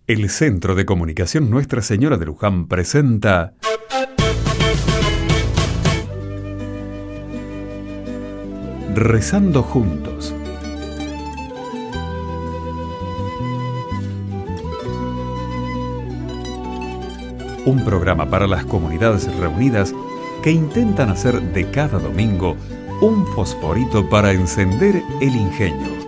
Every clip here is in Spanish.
El Centro de Comunicación Nuestra Señora de Luján presenta Rezando Juntos. Un programa para las comunidades reunidas que intentan hacer de cada domingo un fosforito para encender el ingenio.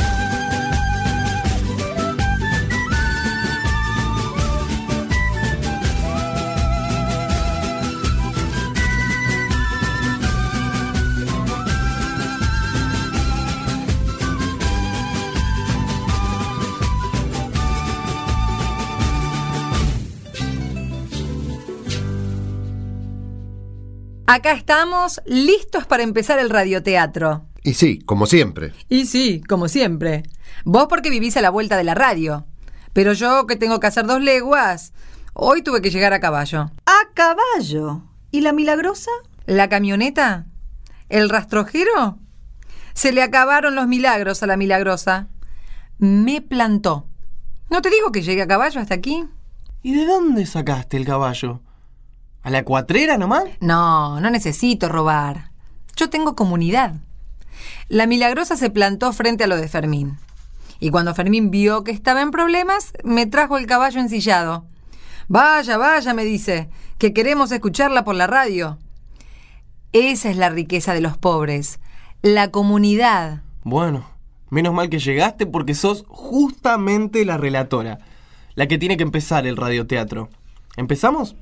Acá estamos, listos para empezar el radioteatro. Y sí, como siempre. Y sí, como siempre. Vos porque vivís a la vuelta de la radio. Pero yo, que tengo que hacer 2 leguas, hoy tuve que llegar a caballo. ¿A caballo? ¿Y la milagrosa? ¿La camioneta? ¿El rastrojero? Se le acabaron los milagros a la milagrosa. Me plantó. ¿No te digo que llegué a caballo hasta aquí? ¿Y de dónde sacaste el caballo? ¿A la cuatrera nomás? No necesito robar. Yo tengo comunidad. La milagrosa se plantó frente a lo de Fermín. Y cuando Fermín vio que estaba en problemas, me trajo el caballo ensillado. Vaya, me dice, que queremos escucharla por la radio. Esa es la riqueza de los pobres, la comunidad. Bueno, menos mal que llegaste porque sos justamente la relatora, la que tiene que empezar el radioteatro. ¿Empezamos?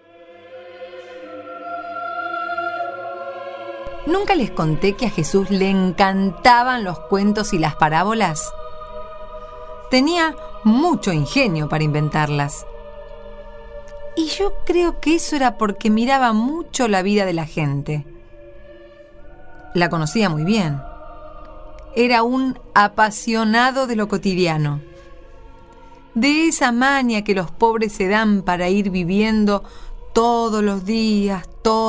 ¿Nunca les conté que a Jesús le encantaban los cuentos y las parábolas? Tenía mucho ingenio para inventarlas. Y yo creo que eso era porque miraba mucho la vida de la gente. La conocía muy bien. Era un apasionado de lo cotidiano. De esa maña que los pobres se dan para ir viviendo todos los días.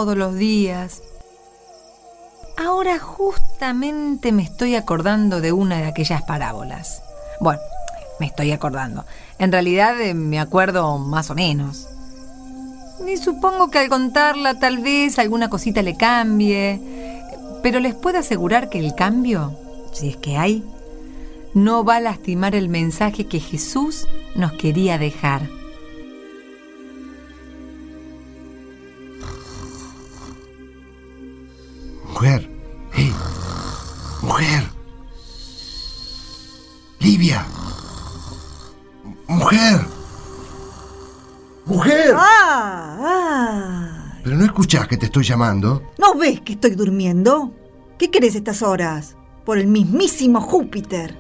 Ahora justamente me estoy acordando de una de aquellas parábolas. Bueno, me estoy acordando. En realidad me acuerdo más o menos. Y supongo que al contarla tal vez alguna cosita le cambie. Pero les puedo asegurar que el cambio, si es que hay, no va a lastimar el mensaje que Jesús nos quería dejar. Mujer, mujer. Livia. Mujer. ¿Pero no escuchás que te estoy llamando? ¿No ves que estoy durmiendo? ¿Qué querés a estas horas? Por el mismísimo Júpiter.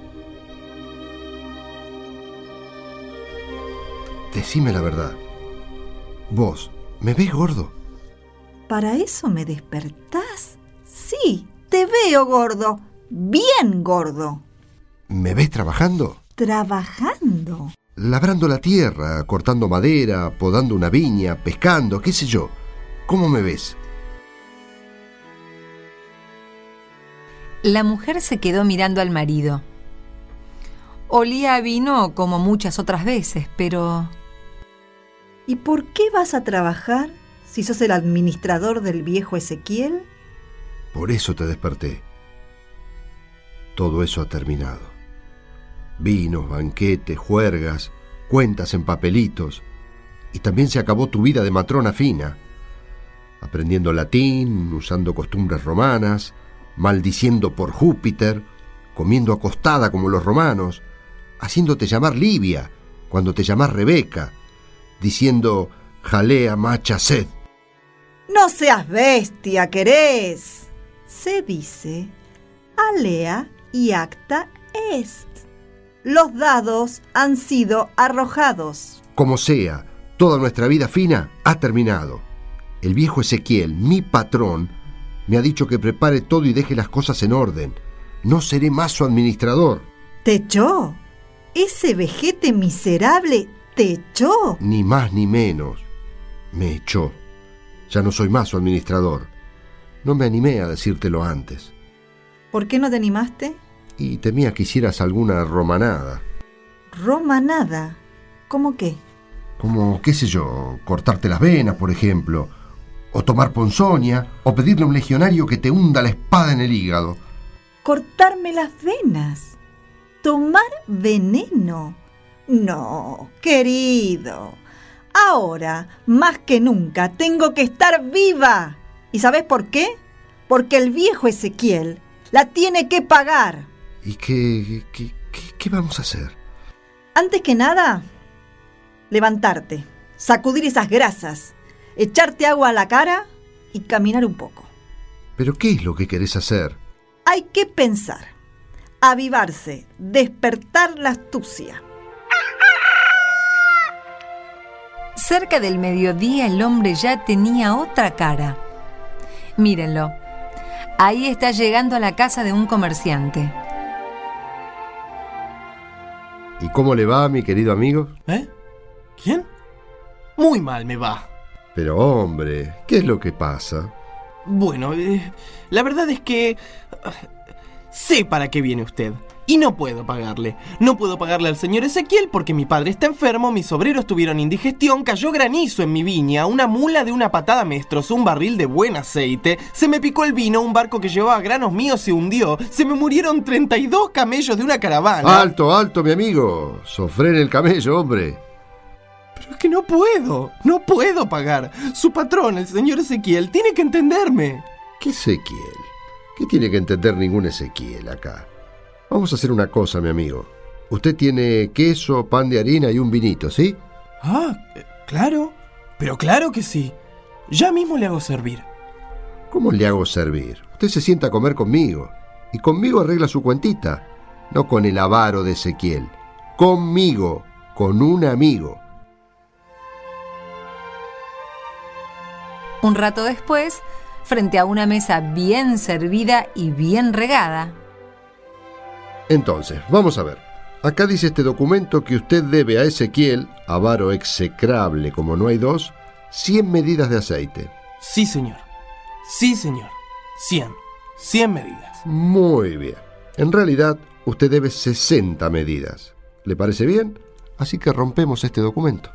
Decime la verdad. ¿Vos me ves gordo? ¿Para eso me despertás? Sí, te veo gordo, bien gordo. ¿Me ves trabajando? ¿Trabajando? Labrando la tierra, cortando madera, podando una viña, pescando, qué sé yo. ¿Cómo me ves? La mujer se quedó mirando al marido. Olía a vino como muchas otras veces, pero... ¿Y por qué vas a trabajar si sos el administrador del viejo Ezequiel? Por eso te desperté. Todo eso ha terminado. Vinos, banquetes, juergas, cuentas en papelitos. Y también se acabó tu vida de matrona fina. Aprendiendo latín, usando costumbres romanas, maldiciendo por Júpiter, comiendo acostada como los romanos, haciéndote llamar Livia cuando te llamás Rebeca, diciendo jalea macha sed. No seas bestia, querés. Se dice alea y acta est. Los dados han sido arrojados. Como sea, toda nuestra vida fina ha terminado. El viejo Ezequiel, mi patrón, me ha dicho que prepare todo y deje las cosas en orden. No seré más su administrador. ¿Te echó? ¿Ese vejete miserable te echó? Ni más ni menos. Me echó. Ya no soy más su administrador. No me animé a decírtelo antes. ¿Por qué no te animaste? Y temía que hicieras alguna romanada. ¿Romanada? ¿Cómo qué? Como, qué sé yo, cortarte las venas, por ejemplo, o tomar ponzoña, o pedirle a un legionario que te hunda la espada en el hígado. ¿Cortarme las venas? ¿Tomar veneno? No, querido. Ahora, más que nunca, tengo que estar viva. ¿Y sabes por qué? Porque el viejo Ezequiel la tiene que pagar. ¿Y qué vamos a hacer? Antes que nada, levantarte, sacudir esas grasas, echarte agua a la cara y caminar un poco. ¿Pero qué es lo que querés hacer? Hay que pensar, avivarse, despertar la astucia. Cerca del mediodía el hombre ya tenía otra cara. Mírenlo, ahí está llegando a la casa de un comerciante. ¿Y cómo le va, mi querido amigo? ¿Quién? Muy mal me va. Pero hombre, ¿qué es lo que pasa? Bueno, la verdad es que sé para qué viene usted. Y no puedo pagarle. No puedo pagarle al señor Ezequiel porque mi padre está enfermo, mis obreros tuvieron indigestión, cayó granizo en mi viña, una mula de una patada me destrozó un barril de buen aceite, se me picó el vino, un barco que llevaba granos míos se hundió, se me murieron 32 camellos de una caravana. Alto, mi amigo. Sofrene el camello, hombre. Pero es que no puedo pagar. Su patrón, el señor Ezequiel, tiene que entenderme. ¿Qué Ezequiel? ¿Qué tiene que entender ningún Ezequiel acá? Vamos a hacer una cosa, mi amigo. Usted tiene queso, pan de harina y un vinito, ¿sí? Claro. Pero claro que sí. Ya mismo le hago servir. ¿Cómo le hago servir? Usted se sienta a comer conmigo. Y conmigo arregla su cuentita. No con el avaro de Ezequiel. Conmigo. Con un amigo. Un rato después, frente a una mesa bien servida y bien regada. Entonces, vamos a ver. Acá dice este documento que usted debe a Ezequiel, avaro execrable como no hay dos, 100 medidas de aceite. Sí, señor. 100 medidas. Muy bien. En realidad, usted debe 60 medidas. ¿Le parece bien? Así que rompemos este documento.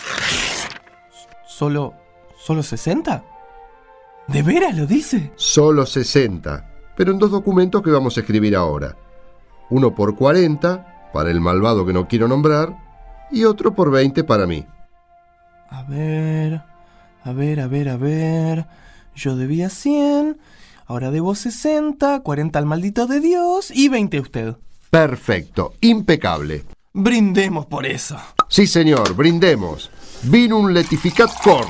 ¿Solo 60? ¿De veras lo dice? Solo 60, pero en dos documentos que vamos a escribir ahora. Uno por 40, para el malvado que no quiero nombrar, y otro por 20 para mí. A ver. Yo debía 100, ahora debo 60, 40 al maldito de Dios y 20 a usted. Perfecto, impecable. Brindemos por eso. Sí, señor, brindemos. Vinum letificat cor.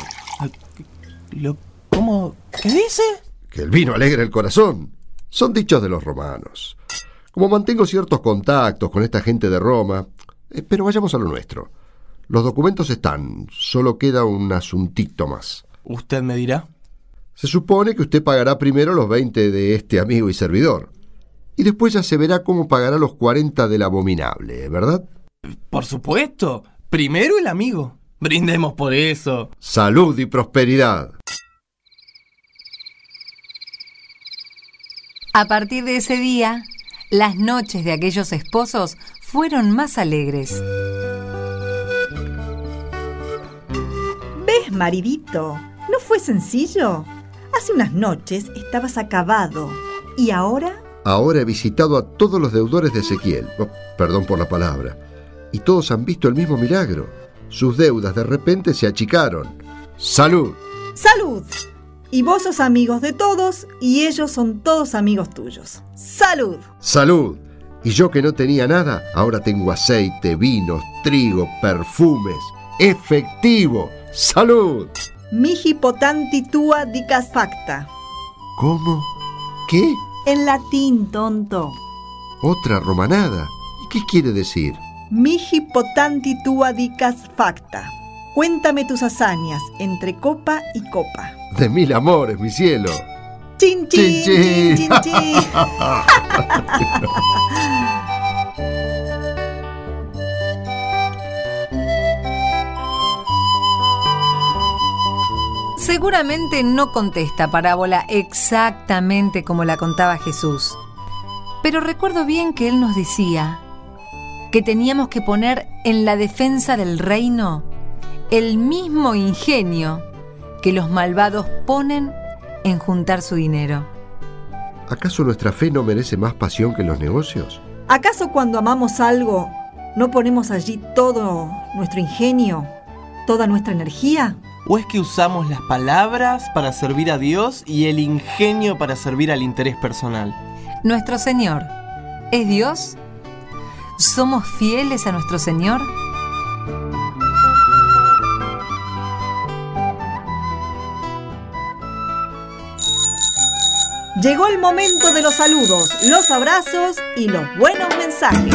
¿Cómo? ¿Qué dice? Que el vino alegra el corazón. Son dichos de los romanos. Como mantengo ciertos contactos con esta gente de Roma, pero vayamos a lo nuestro. Los documentos están, solo queda un asuntito más. ¿Usted me dirá? Se supone que usted pagará primero los 20 de este amigo y servidor, y después ya se verá cómo pagará los 40 del abominable, ¿verdad? Por supuesto. Primero el amigo. Brindemos por eso. Salud y prosperidad. A partir de ese día, las noches de aquellos esposos fueron más alegres. ¿Ves, maridito? ¿No fue sencillo? Hace unas noches estabas acabado. ¿Y ahora? Ahora he visitado a todos los deudores de Ezequiel. Perdón por la palabra. Y todos han visto el mismo milagro. Sus deudas de repente se achicaron. ¡Salud! ¡Salud! Y vos sos amigos de todos y ellos son todos amigos tuyos. ¡Salud! ¡Salud! Y yo que no tenía nada, ahora tengo aceite, vinos, trigo, perfumes. ¡Efectivo! ¡Salud! Mihi potanti tua dicas facta. ¿Cómo? ¿Qué? En latín, tonto. Otra romanada. ¿Y qué quiere decir? Mihi potanti tua dicas facta. Cuéntame tus hazañas entre copa y copa. De 1000 amores, mi cielo. ¡Chin, chin, chin, chin, chin! Seguramente no conté esta parábola exactamente como la contaba Jesús, pero recuerdo bien que él nos decía: que teníamos que poner en la defensa del reino el mismo ingenio que los malvados ponen en juntar su dinero. ¿Acaso nuestra fe no merece más pasión que los negocios? ¿Acaso cuando amamos algo no ponemos allí todo nuestro ingenio, toda nuestra energía? ¿O es que usamos las palabras para servir a Dios y el ingenio para servir al interés personal? ¿Nuestro Señor es Dios? ¿Somos fieles a nuestro Señor? Llegó el momento de los saludos, los abrazos y los buenos mensajes.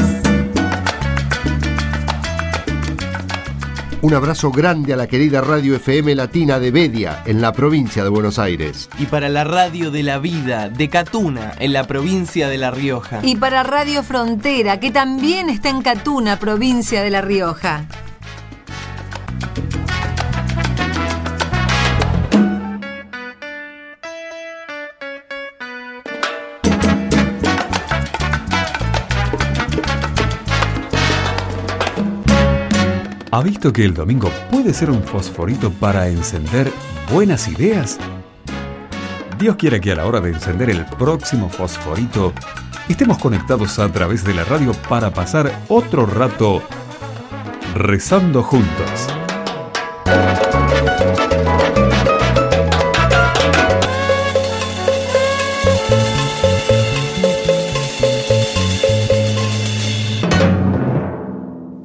Un abrazo grande a la querida Radio FM Latina de Bedia, en la provincia de Buenos Aires. Y para la Radio de la Vida de Catuna, en la provincia de La Rioja. Y para Radio Frontera, que también está en Catuna, provincia de La Rioja. ¿Ha visto que el domingo puede ser un fosforito para encender buenas ideas? Dios quiera que a la hora de encender el próximo fosforito estemos conectados a través de la radio para pasar otro rato rezando juntos.